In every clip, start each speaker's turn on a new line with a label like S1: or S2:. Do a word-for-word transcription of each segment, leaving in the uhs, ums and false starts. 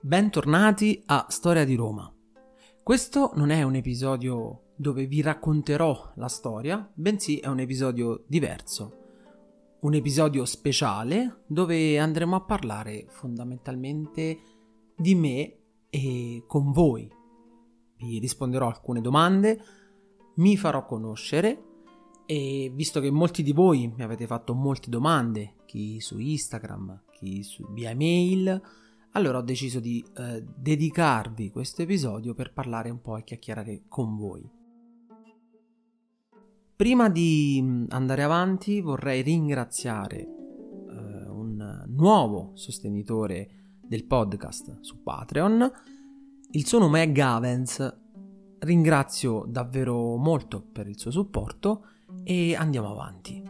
S1: Bentornati a Storia di Roma. Questo non è un episodio dove vi racconterò la storia, bensì è un episodio diverso. Un episodio speciale dove andremo a parlare fondamentalmente di me e con voi. Vi risponderò a alcune domande, mi farò conoscere e visto che molti di voi mi avete fatto molte domande, chi su Instagram, chi su, via email, allora ho deciso di eh, dedicarvi questo episodio per parlare un po' e chiacchierare con voi. Prima di andare avanti vorrei ringraziare eh, un nuovo sostenitore del podcast su Patreon. Il suo nome è Gavens. Ringrazio davvero molto per il suo supporto e andiamo avanti.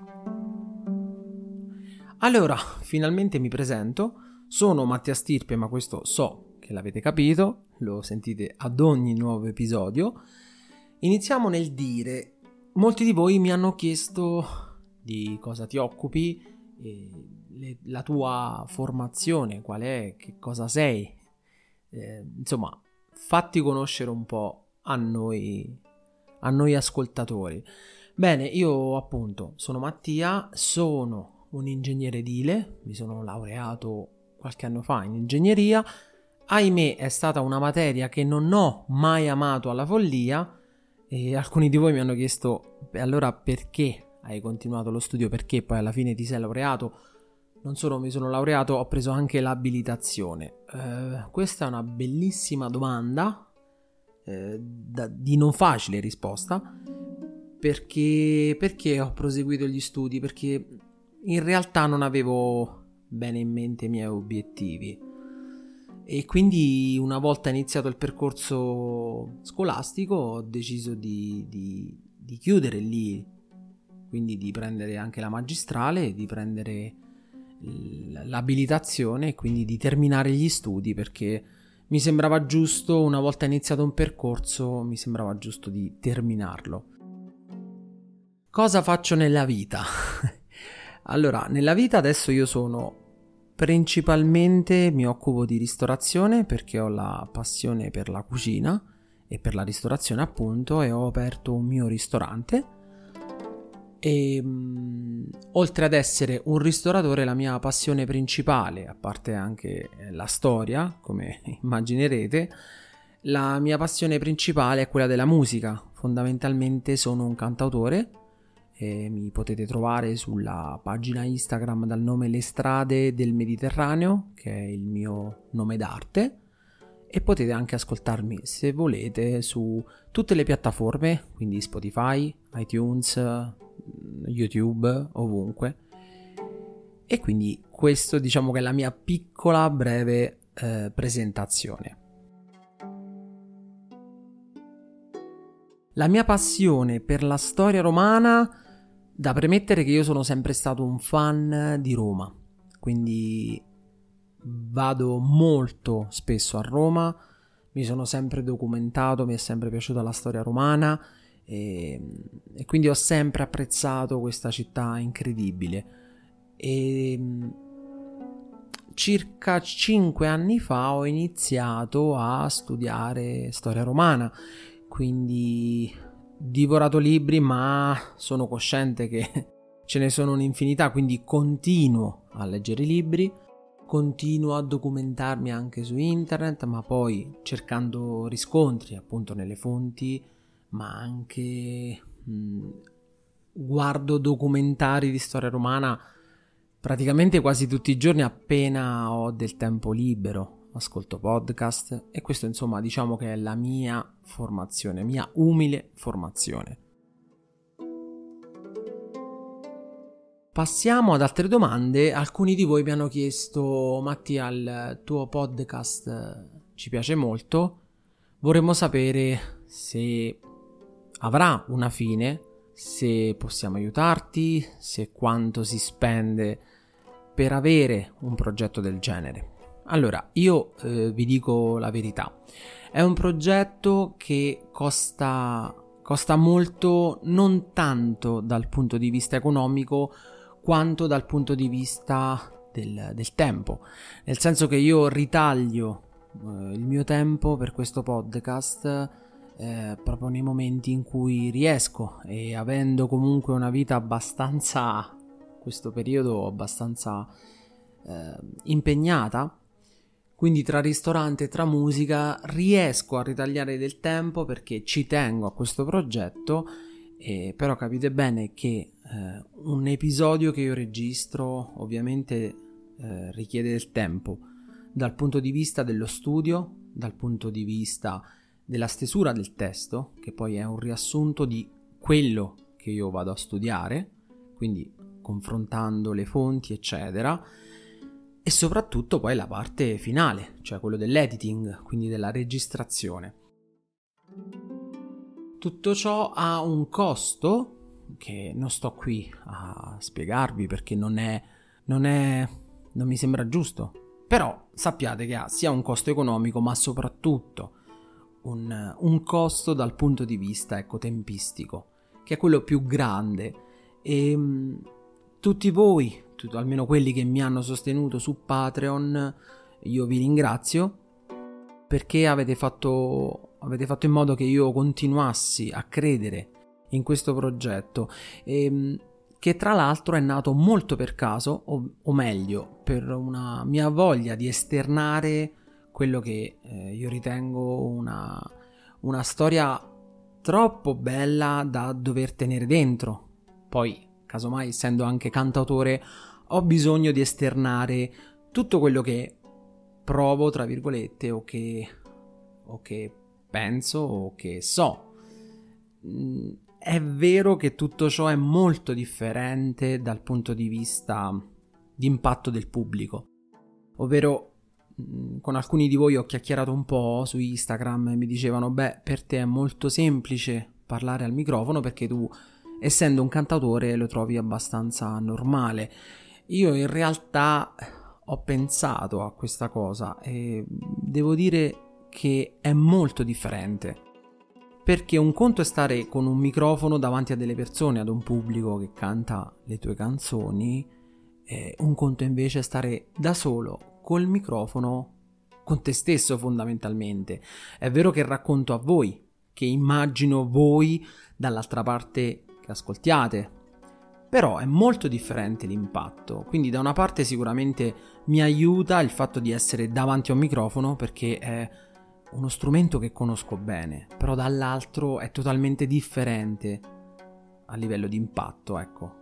S1: Allora, finalmente mi presento. Sono Mattia Stirpe, ma questo so che l'avete capito, lo sentite ad ogni nuovo episodio. Iniziamo nel dire, molti di voi mi hanno chiesto di cosa ti occupi, eh, le, la tua formazione, qual è, che cosa sei, eh, insomma, fatti conoscere un po' a noi, a noi ascoltatori. Bene, io appunto sono Mattia, sono un ingegnere edile, mi sono laureato qualche anno fa in ingegneria. Ahimè è stata una materia che non ho mai amato alla follia e alcuni di voi mi hanno chiesto allora perché hai continuato lo studio, perché poi alla fine ti sei laureato. Non solo mi sono laureato, ho preso anche l'abilitazione. Eh, questa è una bellissima domanda eh, da, di non facile risposta. Perché, perché ho proseguito gli studi? Perché in realtà non avevo bene in mente i miei obiettivi e quindi una volta iniziato il percorso scolastico ho deciso di, di, di chiudere lì, quindi di prendere anche la magistrale, di prendere l'abilitazione e quindi di terminare gli studi, perché mi sembrava giusto, una volta iniziato un percorso mi sembrava giusto di terminarlo. Cosa faccio nella vita? Allora, nella vita adesso io sono principalmente mi occupo di ristorazione perché ho la passione per la cucina e per la ristorazione appunto, e ho aperto un mio ristorante e mh, oltre ad essere un ristoratore la mia passione principale, a parte anche la storia come immaginerete, la mia passione principale è quella della musica. Fondamentalmente sono un cantautore. E mi potete trovare sulla pagina Instagram dal nome Le Strade del Mediterraneo, che è il mio nome d'arte, e potete anche ascoltarmi se volete su tutte le piattaforme, quindi Spotify, iTunes, YouTube, ovunque. E quindi questo diciamo che è la mia piccola breve eh, presentazione. La mia passione per la storia romana, da premettere che io sono sempre stato un fan di Roma, quindi vado molto spesso a Roma, mi sono sempre documentato, mi è sempre piaciuta la storia romana e, e quindi ho sempre apprezzato questa città incredibile. E circa cinque anni fa ho iniziato a studiare storia romana, quindi divorato libri, ma sono cosciente che ce ne sono un'infinità, quindi continuo a leggere libri, continuo a documentarmi anche su internet, ma poi cercando riscontri appunto nelle fonti, ma anche mh, guardo documentari di storia romana praticamente quasi tutti i giorni appena ho del tempo libero. Ascolto podcast e questo insomma diciamo che è la mia formazione, mia umile formazione. Passiamo ad altre domande. Alcuni di voi mi hanno chiesto: Mattia, il tuo podcast ci piace molto, vorremmo sapere se avrà una fine, se possiamo aiutarti, se quanto si spende per avere un progetto del genere. Allora, io eh, vi dico la verità, è un progetto che costa, costa molto, non tanto dal punto di vista economico quanto dal punto di vista del, del tempo, nel senso che io ritaglio eh, il mio tempo per questo podcast eh, proprio nei momenti in cui riesco, e avendo comunque una vita abbastanza, questo periodo abbastanza eh, impegnata, quindi tra ristorante e tra musica riesco a ritagliare del tempo perché ci tengo a questo progetto. Eh, però capite bene che eh, un episodio che io registro ovviamente eh, richiede del tempo, dal punto di vista dello studio, dal punto di vista della stesura del testo, che poi è un riassunto di quello che io vado a studiare, quindi confrontando le fonti eccetera, e soprattutto poi la parte finale, cioè quello dell'editing, quindi della registrazione. Tutto ciò ha un costo che non sto qui a spiegarvi perché non è, non è, non mi sembra giusto. Però sappiate che ha sia un costo economico, ma soprattutto un, un costo dal punto di vista, ecco, tempistico, che è quello più grande. E mh, tutti voi, tutti, almeno quelli che mi hanno sostenuto su Patreon, io vi ringrazio perché avete fatto avete fatto in modo che io continuassi a credere in questo progetto, e, che tra l'altro è nato molto per caso, o, o meglio, per una mia voglia di esternare quello che eh, io ritengo una, una storia troppo bella da dover tenere dentro. Poi, casomai, essendo anche cantautore, ho bisogno di esternare tutto quello che provo, tra virgolette, o che, o che penso o che so. È vero che tutto ciò è molto differente dal punto di vista di impatto del pubblico, ovvero con alcuni di voi ho chiacchierato un po' su Instagram e mi dicevano: beh, per te è molto semplice parlare al microfono perché tu, essendo un cantautore, lo trovi abbastanza normale. Io in realtà ho pensato a questa cosa e devo dire che è molto differente, perché un conto è stare con un microfono davanti a delle persone, ad un pubblico che canta le tue canzoni, e un conto invece è stare da solo col microfono con te stesso, fondamentalmente. È vero che racconto a voi, che immagino voi dall'altra parte che ascoltiate, però è molto differente l'impatto. Quindi da una parte sicuramente mi aiuta il fatto di essere davanti a un microfono perché è uno strumento che conosco bene, però dall'altro è totalmente differente a livello di impatto, ecco.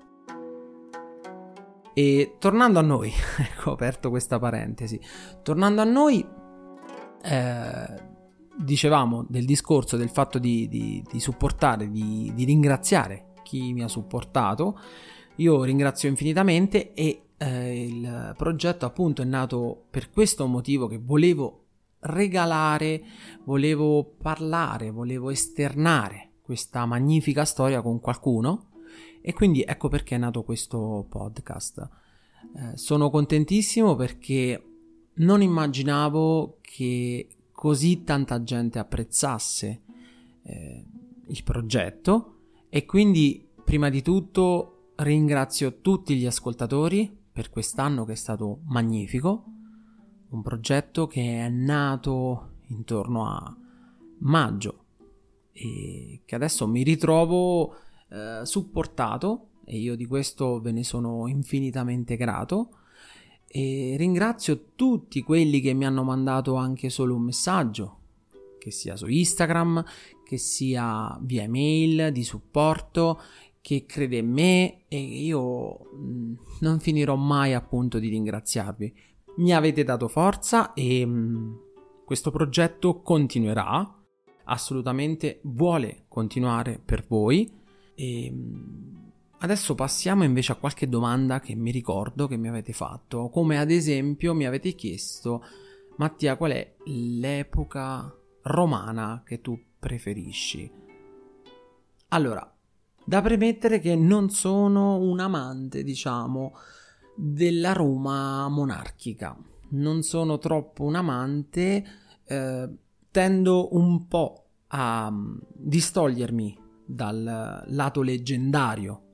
S1: E tornando a noi, ecco, ho aperto questa parentesi, tornando a noi, eh, dicevamo del discorso del fatto di, di, di supportare, di, di ringraziare chi mi ha supportato. Io ringrazio infinitamente e eh, il progetto appunto è nato per questo motivo, che volevo regalare, volevo parlare, volevo esternare questa magnifica storia con qualcuno, e quindi ecco perché è nato questo podcast. Eh, sono contentissimo perché non immaginavo che così tanta gente apprezzasse eh, il progetto, e quindi prima di tutto ringrazio tutti gli ascoltatori per quest'anno che è stato magnifico. Un progetto che è nato intorno a maggio e che adesso mi ritrovo eh, supportato, e io di questo ve ne sono infinitamente grato. E ringrazio tutti quelli che mi hanno mandato anche solo un messaggio, che sia su Instagram, che sia via email di supporto, che crede in me, e io mh, non finirò mai appunto di ringraziarvi. Mi avete dato forza e mh, questo progetto continuerà, assolutamente vuole continuare per voi. E mh, adesso passiamo invece a qualche domanda che mi ricordo che mi avete fatto, come ad esempio mi avete chiesto: Mattia, qual è l'epoca romana che tu preferisci? Allora, da premettere che non sono un amante, diciamo, della Roma monarchica, non sono troppo un amante, eh, tendo un po' a distogliermi dal lato leggendario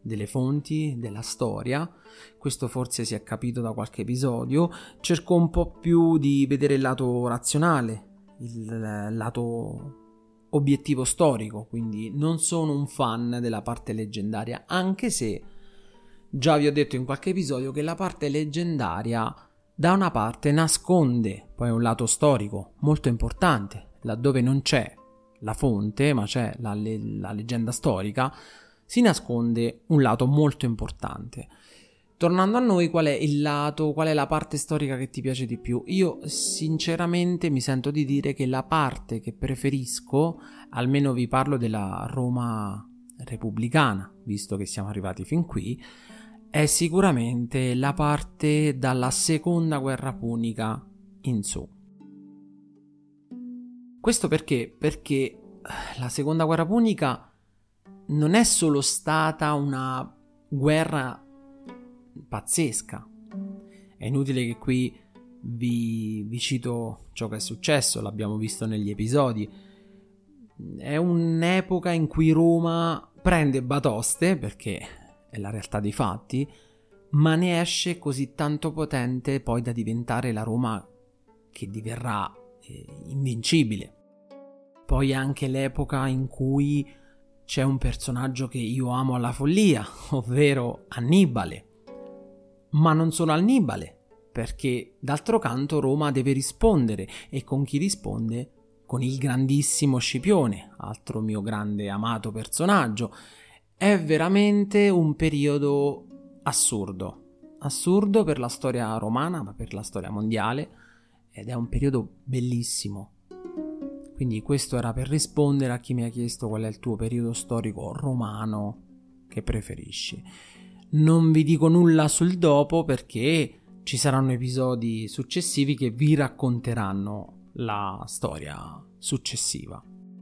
S1: delle fonti, della storia. Questo forse si è capito da qualche episodio. Cerco un po' più di vedere il lato razionale, il lato obiettivo storico, quindi non sono un fan della parte leggendaria, anche se già vi ho detto in qualche episodio che la parte leggendaria da una parte nasconde poi un lato storico molto importante, laddove non c'è la fonte ma c'è la, le- la leggenda storica, si nasconde un lato molto importante. Tornando a noi, qual è il lato, qual è la parte storica che ti piace di più? Io sinceramente mi sento di dire che la parte che preferisco, almeno vi parlo della Roma repubblicana, visto che siamo arrivati fin qui, è sicuramente la parte dalla seconda guerra punica in su. Questo perché? Perché la seconda guerra punica non è solo stata una guerra pazzesca. È inutile che qui vi, vi cito ciò che è successo, l'abbiamo visto negli episodi. È un'epoca in cui Roma prende batoste, perché è la realtà dei fatti, ma ne esce così tanto potente poi da diventare la Roma che diverrà eh, invincibile. Poi è anche l'epoca in cui c'è un personaggio che io amo alla follia, ovvero Annibale. Ma non solo Annibale, perché d'altro canto Roma deve rispondere, e con chi risponde? Con il grandissimo Scipione, altro mio grande amato personaggio. È veramente un periodo assurdo, assurdo per la storia romana, ma per la storia mondiale, ed è un periodo bellissimo. Quindi questo era per rispondere a chi mi ha chiesto qual è il tuo periodo storico romano che preferisci. Non vi dico nulla sul dopo perché ci saranno episodi successivi che vi racconteranno la storia successiva.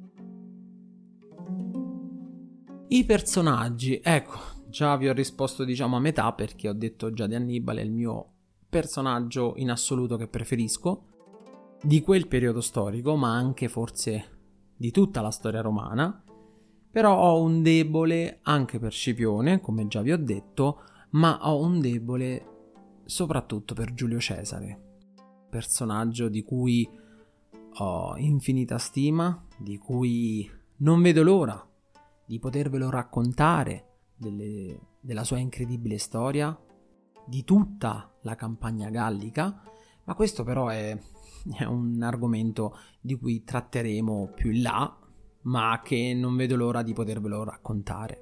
S1: I personaggi, ecco, già vi ho risposto diciamo a metà perché ho detto già di Annibale, è il mio personaggio in assoluto che preferisco, di quel periodo storico, ma anche forse di tutta la storia romana. Però ho un debole anche per Scipione, come già vi ho detto, ma ho un debole soprattutto per Giulio Cesare, personaggio di cui ho infinita stima, di cui non vedo l'ora di potervelo raccontare, delle, della sua incredibile storia, di tutta la campagna gallica, ma questo però è, è un argomento di cui tratteremo più in là, ma che non vedo l'ora di potervelo raccontare.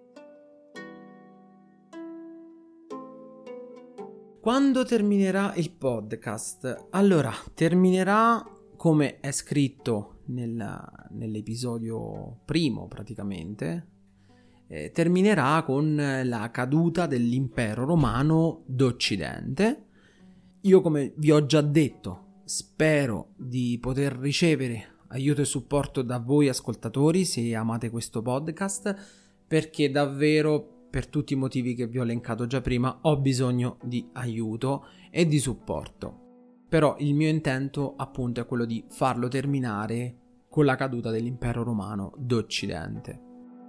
S1: Quando terminerà il podcast? Allora, terminerà come è scritto nel, nell'episodio primo praticamente, eh, terminerà con la caduta dell'impero romano d'Occidente. Io, come vi ho già detto, spero di poter ricevere aiuto e supporto da voi ascoltatori se amate questo podcast, perché davvero, per tutti i motivi che vi ho elencato già prima, ho bisogno di aiuto e di supporto. Però il mio intento appunto è quello di farlo terminare con la caduta dell'impero romano d'Occidente.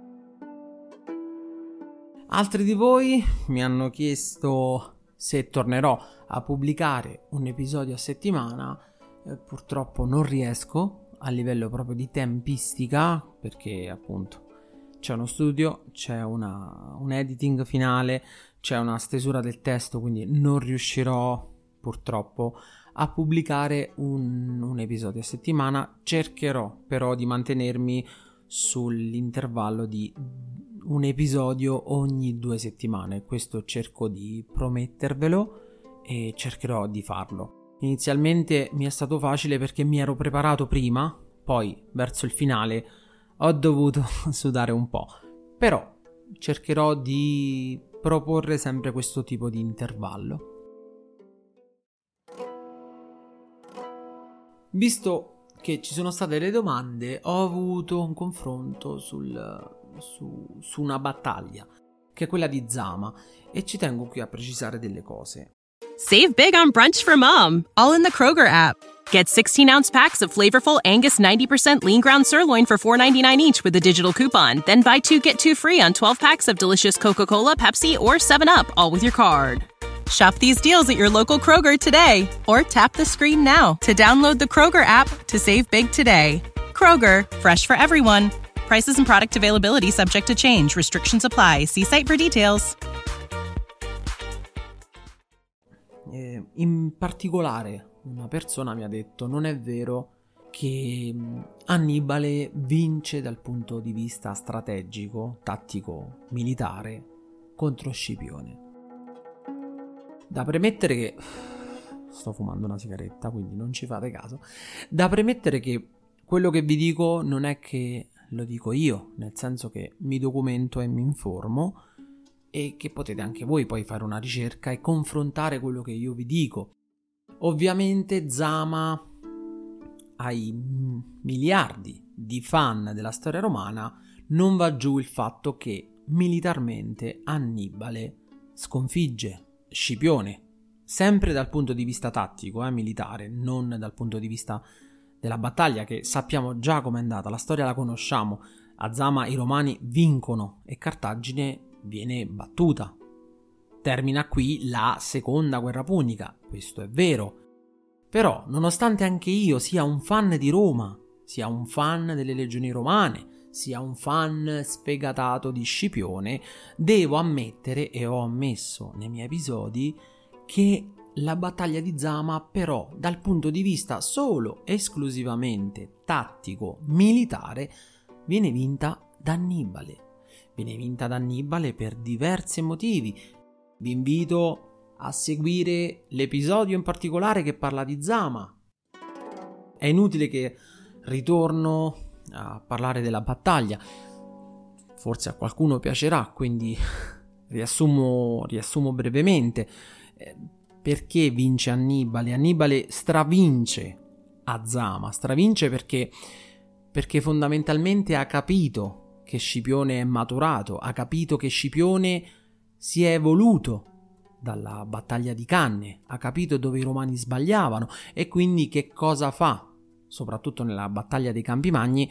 S1: Altri di voi mi hanno chiesto se tornerò a pubblicare un episodio a settimana. Eh, purtroppo non riesco a livello proprio di tempistica, perché appunto c'è uno studio, c'è una, un editing finale, c'è una stesura del testo, quindi non riuscirò purtroppo a pubblicare un, un episodio a settimana. Cercherò però di mantenermi sull'intervallo di un episodio ogni due settimane, questo cerco di promettervelo e cercherò di farlo. Inizialmente mi è stato facile perché mi ero preparato prima, poi verso il finale ho dovuto sudare un po', però cercherò di proporre sempre questo tipo di intervallo. Visto che ci sono state le domande, ho avuto un confronto sul, su, su una battaglia, che è quella di Zama, e ci tengo qui a precisare delle cose.
S2: Save big on brunch for mom, all in the Kroger app. Get sixteen-ounce packs of flavorful Angus ninety percent lean ground sirloin for four ninety-nine each with a digital coupon. Then buy two, get two free on twelve packs of delicious Coca-Cola, Pepsi, or seven up, all with your card. Shop these deals at your local Kroger today, or tap the screen now to download the Kroger app to save big today. Kroger, fresh for everyone. Prices and product availability subject to change. Restrictions apply. See site for details.
S1: Eh, in particolare, una persona mi ha detto: non è vero che Annibale vince dal punto di vista strategico, tattico, militare contro Scipione. Da premettere che... sto fumando una sigaretta, quindi non ci fate caso. Da premettere che quello che vi dico non è che lo dico io, nel senso che mi documento e mi informo, e che potete anche voi poi fare una ricerca e confrontare quello che io vi dico. Ovviamente Zama ai miliardi di fan della storia romana non va giù il fatto che militarmente Annibale sconfigge Scipione, sempre dal punto di vista tattico, eh, militare, non dal punto di vista della battaglia, che sappiamo già com'è andata, la storia la conosciamo. A Zama i romani vincono e Cartagine viene battuta. Termina qui la seconda guerra punica, questo è vero. Però, nonostante anche io sia un fan di Roma, sia un fan delle legioni romane, sia un fan sfegatato di Scipione, devo ammettere, e ho ammesso nei miei episodi, che la battaglia di Zama però dal punto di vista solo esclusivamente tattico militare viene vinta da Annibale. Viene vinta da Annibale per diversi motivi. Vi invito a seguire l'episodio in particolare che parla di Zama. È inutile che ritorno a parlare della battaglia, forse a qualcuno piacerà, quindi riassumo, riassumo brevemente. Eh, perché vince Annibale? Annibale stravince a Zama, stravince perché, perché fondamentalmente ha capito che Scipione è maturato, ha capito che Scipione si è evoluto dalla battaglia di Canne, ha capito dove i romani sbagliavano e quindi che cosa fa? Soprattutto nella battaglia dei Campi Magni,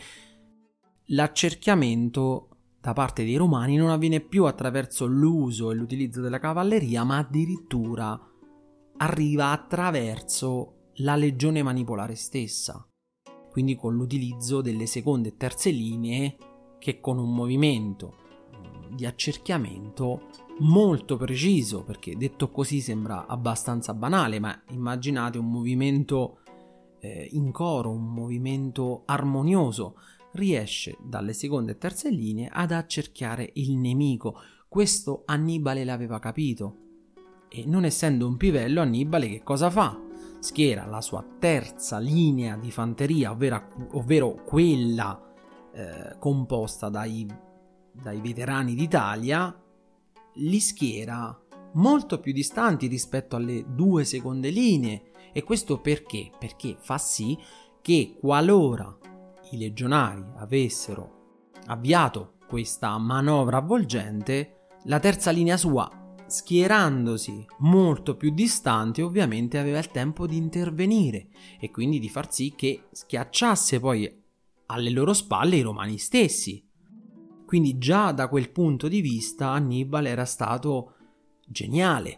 S1: l'accerchiamento da parte dei romani non avviene più attraverso l'uso e l'utilizzo della cavalleria, ma addirittura arriva attraverso la legione manipolare stessa, quindi con l'utilizzo delle seconde e terze linee, che con un movimento di accerchiamento molto preciso, perché detto così sembra abbastanza banale, ma immaginate un movimento eh, in coro, un movimento armonioso, riesce dalle seconde e terze linee ad accerchiare il nemico. Questo Annibale l'aveva capito, e non essendo un pivello, Annibale che cosa fa? Schiera la sua terza linea di fanteria, ovvero, ovvero quella eh, composta dai, dai veterani d'Italia, li schiera molto più distanti rispetto alle due seconde linee. E questo perché? Perché fa sì che qualora i legionari avessero avviato questa manovra avvolgente, la terza linea sua, schierandosi molto più distante, ovviamente aveva il tempo di intervenire e quindi di far sì che schiacciasse poi alle loro spalle i romani stessi. Quindi già da quel punto di vista Annibale era stato geniale.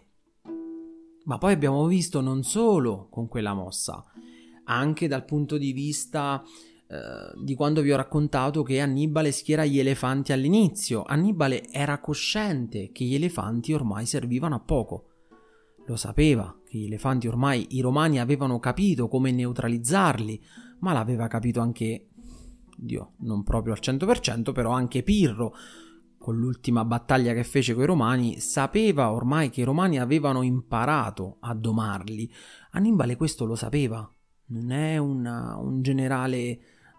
S1: Ma poi abbiamo visto non solo con quella mossa, anche dal punto di vista eh, di quando vi ho raccontato che Annibale schiera gli elefanti all'inizio. Annibale era cosciente che gli elefanti ormai servivano a poco. Lo sapeva che gli elefanti ormai i romani avevano capito come neutralizzarli, ma l'aveva capito anche, Dio, non proprio al cento per cento, però anche Pirro. Con l'ultima battaglia che fece coi Romani, sapeva ormai che i Romani avevano imparato a domarli. Annibale questo lo sapeva, non è una, un generale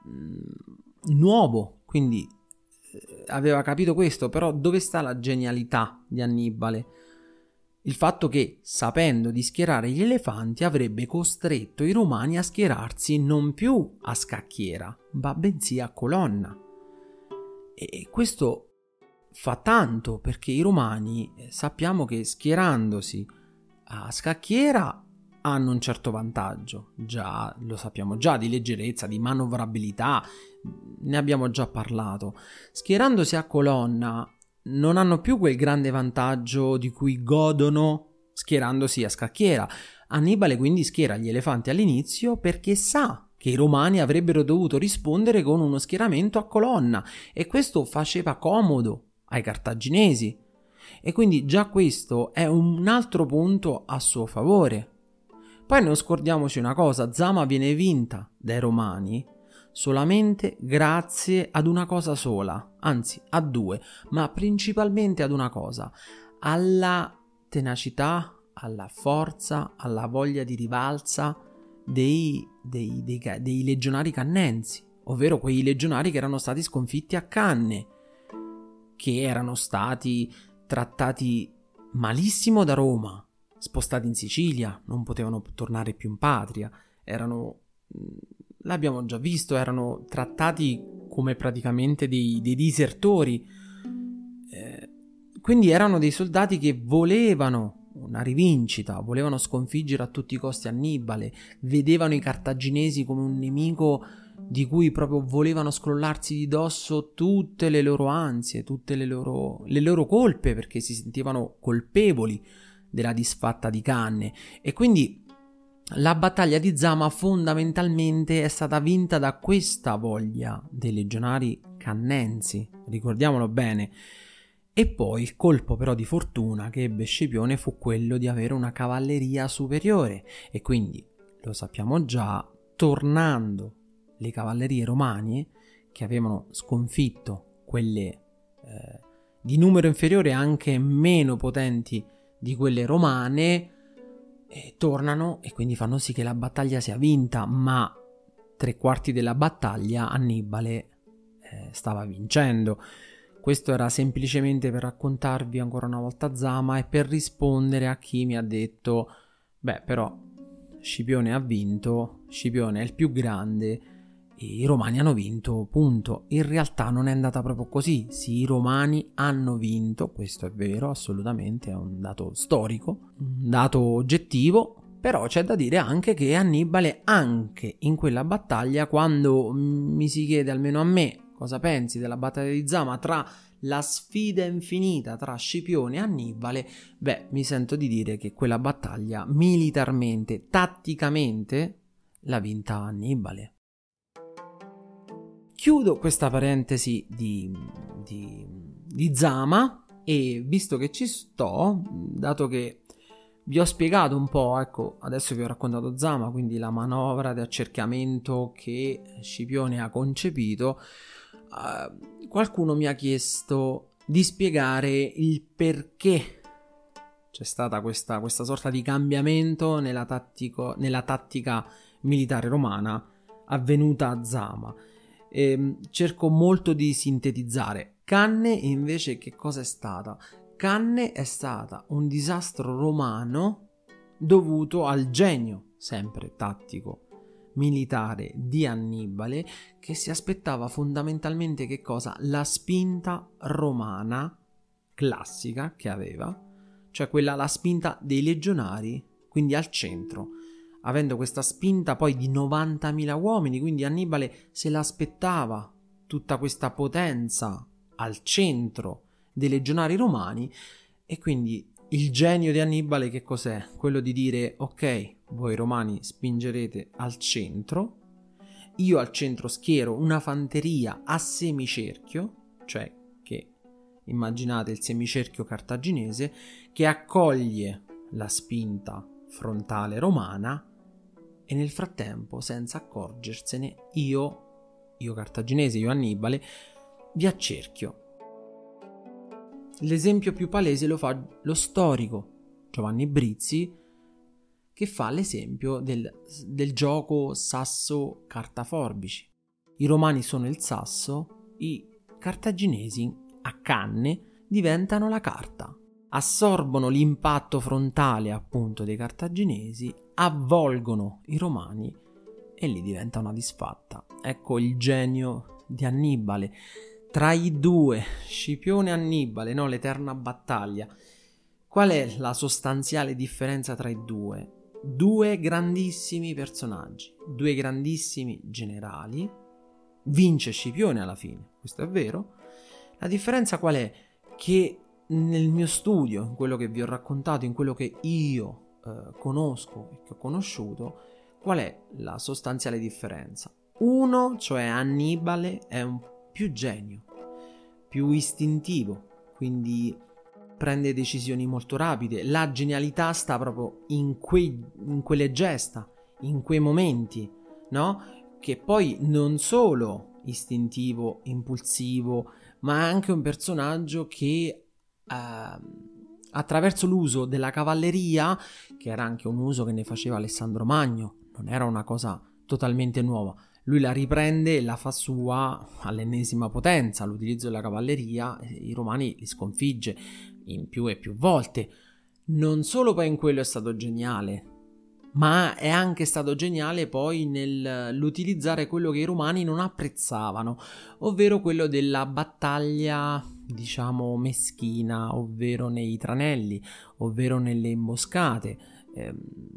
S1: mh, nuovo, quindi eh, aveva capito questo. Però dove sta la genialità di Annibale? Il fatto che, sapendo di schierare gli elefanti, avrebbe costretto i Romani a schierarsi non più a scacchiera, ma bensì a colonna. E questo fa tanto, perché i romani eh, sappiamo che schierandosi a scacchiera hanno un certo vantaggio, già lo sappiamo già, di leggerezza, di manovrabilità, ne abbiamo già parlato. Schierandosi a colonna non hanno più quel grande vantaggio di cui godono schierandosi a scacchiera. Annibale quindi schiera gli elefanti all'inizio perché sa che i romani avrebbero dovuto rispondere con uno schieramento a colonna, e questo faceva comodo ai cartaginesi, e quindi già questo è un altro punto a suo favore. Poi non scordiamoci una cosa: Zama viene vinta dai romani solamente grazie ad una cosa sola, anzi a due, ma principalmente ad una cosa: alla tenacità, alla forza, alla voglia di rivalsa dei, dei, dei, dei legionari cannensi, ovvero quei legionari che erano stati sconfitti a Canne, che erano stati trattati malissimo da Roma, spostati in Sicilia, non potevano tornare più in patria, erano, l'abbiamo già visto, erano trattati come praticamente dei, dei disertori, eh, quindi erano dei soldati che volevano una rivincita, volevano sconfiggere a tutti i costi Annibale, vedevano i cartaginesi come un nemico di cui proprio volevano scrollarsi di dosso tutte le loro ansie, tutte le loro, le loro colpe, perché si sentivano colpevoli della disfatta di Canne. E quindi la battaglia di Zama fondamentalmente è stata vinta da questa voglia dei legionari cannensi, ricordiamolo bene. E poi il colpo però di fortuna che ebbe Scipione fu quello di avere una cavalleria superiore, e quindi, lo sappiamo già, tornando le cavallerie romane che avevano sconfitto quelle eh, di numero inferiore, anche meno potenti di quelle romane, eh, tornano e quindi fanno sì che la battaglia sia vinta, ma tre quarti della battaglia Annibale eh, stava vincendo. Questo era semplicemente per raccontarvi ancora una volta Zama e per rispondere a chi mi ha detto: beh, però Scipione ha vinto, Scipione è il più grande, i romani hanno vinto, punto. In realtà non è andata proprio così. Sì, i romani hanno vinto, questo è vero, assolutamente, è un dato storico, un dato oggettivo, però c'è da dire anche che Annibale, anche in quella battaglia, quando mi si chiede, almeno a me, cosa pensi della battaglia di Zama, tra la sfida infinita tra Scipione e Annibale, beh, mi sento di dire che quella battaglia militarmente, tatticamente, l'ha vinta Annibale. Chiudo questa parentesi di, di, di Zama, e visto che ci sto, dato che vi ho spiegato un po', ecco, adesso vi ho raccontato Zama, quindi la manovra di accerchiamento che Scipione ha concepito, uh, qualcuno mi ha chiesto di spiegare il perché c'è stata questa, questa sorta di cambiamento nella, tattico, nella tattica militare romana avvenuta a Zama. E cerco molto di sintetizzare. Canne invece che cosa è stata? Canne è stata un disastro romano dovuto al genio, sempre tattico, militare di Annibale, che si aspettava fondamentalmente che cosa? La spinta romana classica che aveva, cioè quella, la spinta dei legionari, quindi al centro. Avendo questa spinta poi di novantamila uomini, quindi Annibale se l'aspettava tutta questa potenza al centro dei legionari romani, e quindi il genio di Annibale che cos'è? Quello di dire: ok, voi romani spingerete al centro, io al centro schiero una fanteria a semicerchio, cioè che immaginate il semicerchio cartaginese che accoglie la spinta frontale romana, e nel frattempo, senza accorgersene, io, io cartaginese, io Annibale, vi accerchio. L'esempio più palese lo fa lo storico Giovanni Brizzi, che fa l'esempio del, del gioco sasso-carta-forbici. I romani sono il sasso, i cartaginesi a canne diventano la carta. Assorbono l'impatto frontale appunto dei cartaginesi, avvolgono i romani e lì diventa una disfatta. Ecco il genio di Annibale. Tra i due, Scipione e Annibale, no, l'eterna battaglia. Qual è la sostanziale differenza tra i due? due grandissimi personaggi, due grandissimi generali. Vince Scipione alla fine, questo è vero. La differenza qual è? Che nel mio studio, in quello che vi ho raccontato, in quello che io eh, conosco e che ho conosciuto, qual è la sostanziale differenza? Uno, cioè Annibale, è un più genio, più istintivo, quindi prende decisioni molto rapide. La genialità sta proprio in, quei, in quelle gesta, in quei momenti, no? Che poi non solo istintivo, impulsivo, ma anche un personaggio che Uh, attraverso l'uso della cavalleria, che era anche un uso che ne faceva Alessandro Magno, non era una cosa totalmente nuova, lui la riprende e la fa sua all'ennesima potenza. L'utilizzo della cavalleria i romani li sconfigge in più e più volte. Non solo poi in quello è stato geniale, ma è anche stato geniale poi nell'utilizzare quello che i romani non apprezzavano, ovvero quello della battaglia, diciamo, meschina, ovvero nei tranelli, ovvero nelle imboscate. Eh,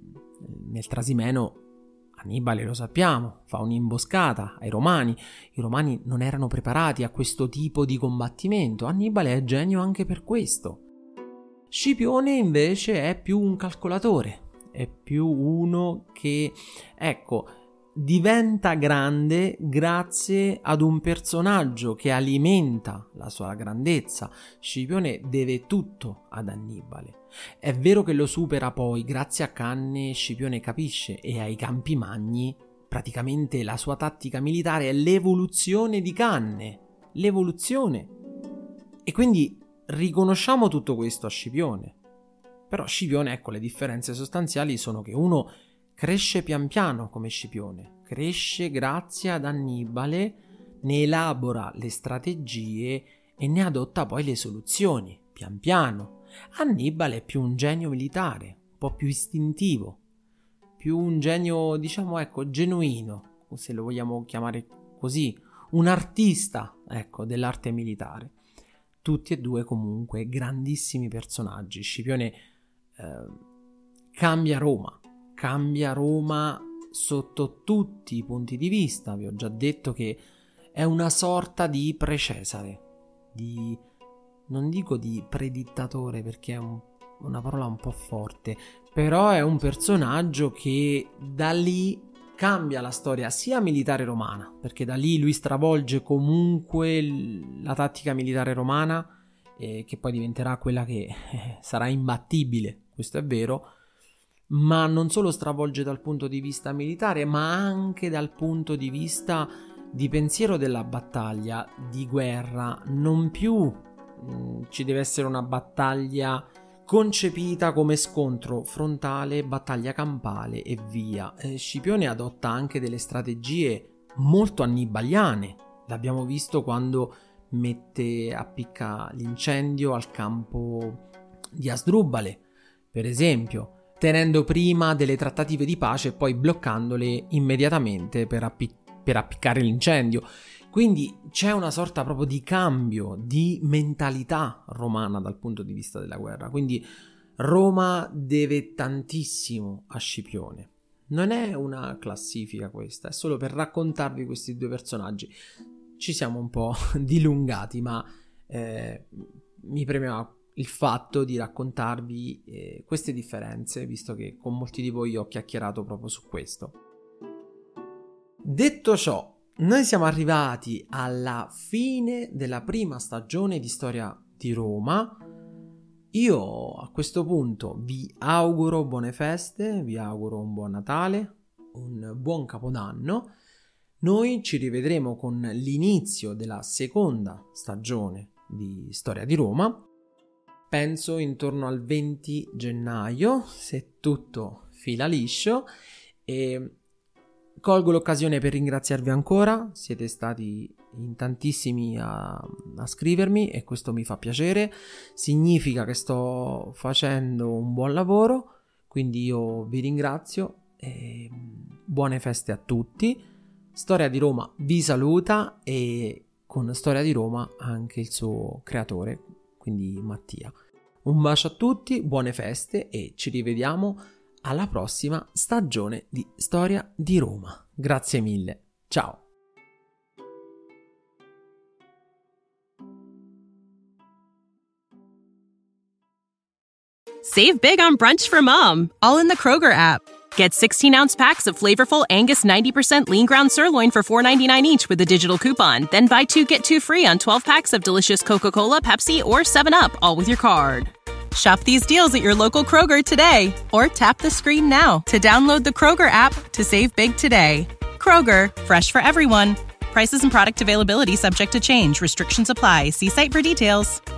S1: nel Trasimeno Annibale, lo sappiamo, fa un'imboscata ai romani. I romani non erano preparati a questo tipo di combattimento. Annibale è genio anche per questo. Scipione invece è più un calcolatore. È più uno che, ecco, diventa grande grazie ad un personaggio che alimenta la sua grandezza. Scipione deve tutto ad Annibale. È vero che lo supera poi, grazie a Canne Scipione capisce, e ai Campi Magni praticamente la sua tattica militare è l'evoluzione di Canne, l'evoluzione. E quindi riconosciamo tutto questo a Scipione. Però Scipione, ecco, le differenze sostanziali sono che uno cresce pian piano come Scipione, cresce grazie ad Annibale, ne elabora le strategie e ne adotta poi le soluzioni, pian piano. Annibale è più un genio militare, un po' più istintivo, più un genio, diciamo, ecco, genuino, se lo vogliamo chiamare così, un artista, ecco, dell'arte militare. Tutti e due comunque grandissimi personaggi. Scipione eh, cambia Roma, cambia Roma sotto tutti i punti di vista. Vi ho già detto che è una sorta di pre-Cesare, di, non dico di predittatore perché è un, una parola un po' forte, però è un personaggio che da lì cambia la storia sia militare romana, perché da lì lui stravolge comunque la tattica militare romana, eh, che poi diventerà quella che eh, sarà imbattibile, questo è vero, ma non solo stravolge dal punto di vista militare, ma anche dal punto di vista di pensiero della battaglia, di guerra. Non più mh, ci deve essere una battaglia concepita come scontro frontale, battaglia campale e via. Eh, Scipione adotta anche delle strategie molto annibaliane. L'abbiamo visto quando mette a picca l'incendio al campo di Asdrubale, per esempio, tenendo prima delle trattative di pace e poi bloccandole immediatamente per, appic- per appiccare l'incendio. Quindi c'è una sorta proprio di cambio di mentalità romana dal punto di vista della guerra. Quindi Roma deve tantissimo a Scipione. Non è una classifica questa, è solo per raccontarvi questi due personaggi. Ci siamo un po' dilungati, ma eh, mi premeva il fatto di raccontarvi eh, queste differenze, visto che con molti di voi ho chiacchierato proprio su questo. Detto ciò, noi siamo arrivati alla fine della prima stagione di Storia di Roma. Io a questo punto vi auguro buone feste, vi auguro un buon Natale, un buon Capodanno. Noi ci rivedremo con l'inizio della seconda stagione di Storia di Roma. Penso intorno al venti gennaio, se tutto fila liscio, e colgo l'occasione per ringraziarvi ancora. Siete stati in tantissimi a, a scrivermi e questo mi fa piacere, significa che sto facendo un buon lavoro, quindi io vi ringrazio e buone feste a tutti. Storia di Roma vi saluta e con Storia di Roma anche il suo creatore, quindi Mattia. Un bacio a tutti, buone feste e ci rivediamo alla prossima stagione di Storia di Roma. Grazie mille, ciao!
S2: Save big on brunch for mom, all in the Kroger app. Get sixteen-ounce packs of flavorful Angus ninety percent lean ground sirloin for four ninety-nine each with a digital coupon. Then buy two, get two free on twelve packs of delicious Coca-Cola, Pepsi, or seven up, all with your card. Shop these deals at your local Kroger today, or tap the screen now to download the Kroger app to save big today. Kroger, fresh for everyone. Prices and product availability subject to change. Restrictions apply. See site for details.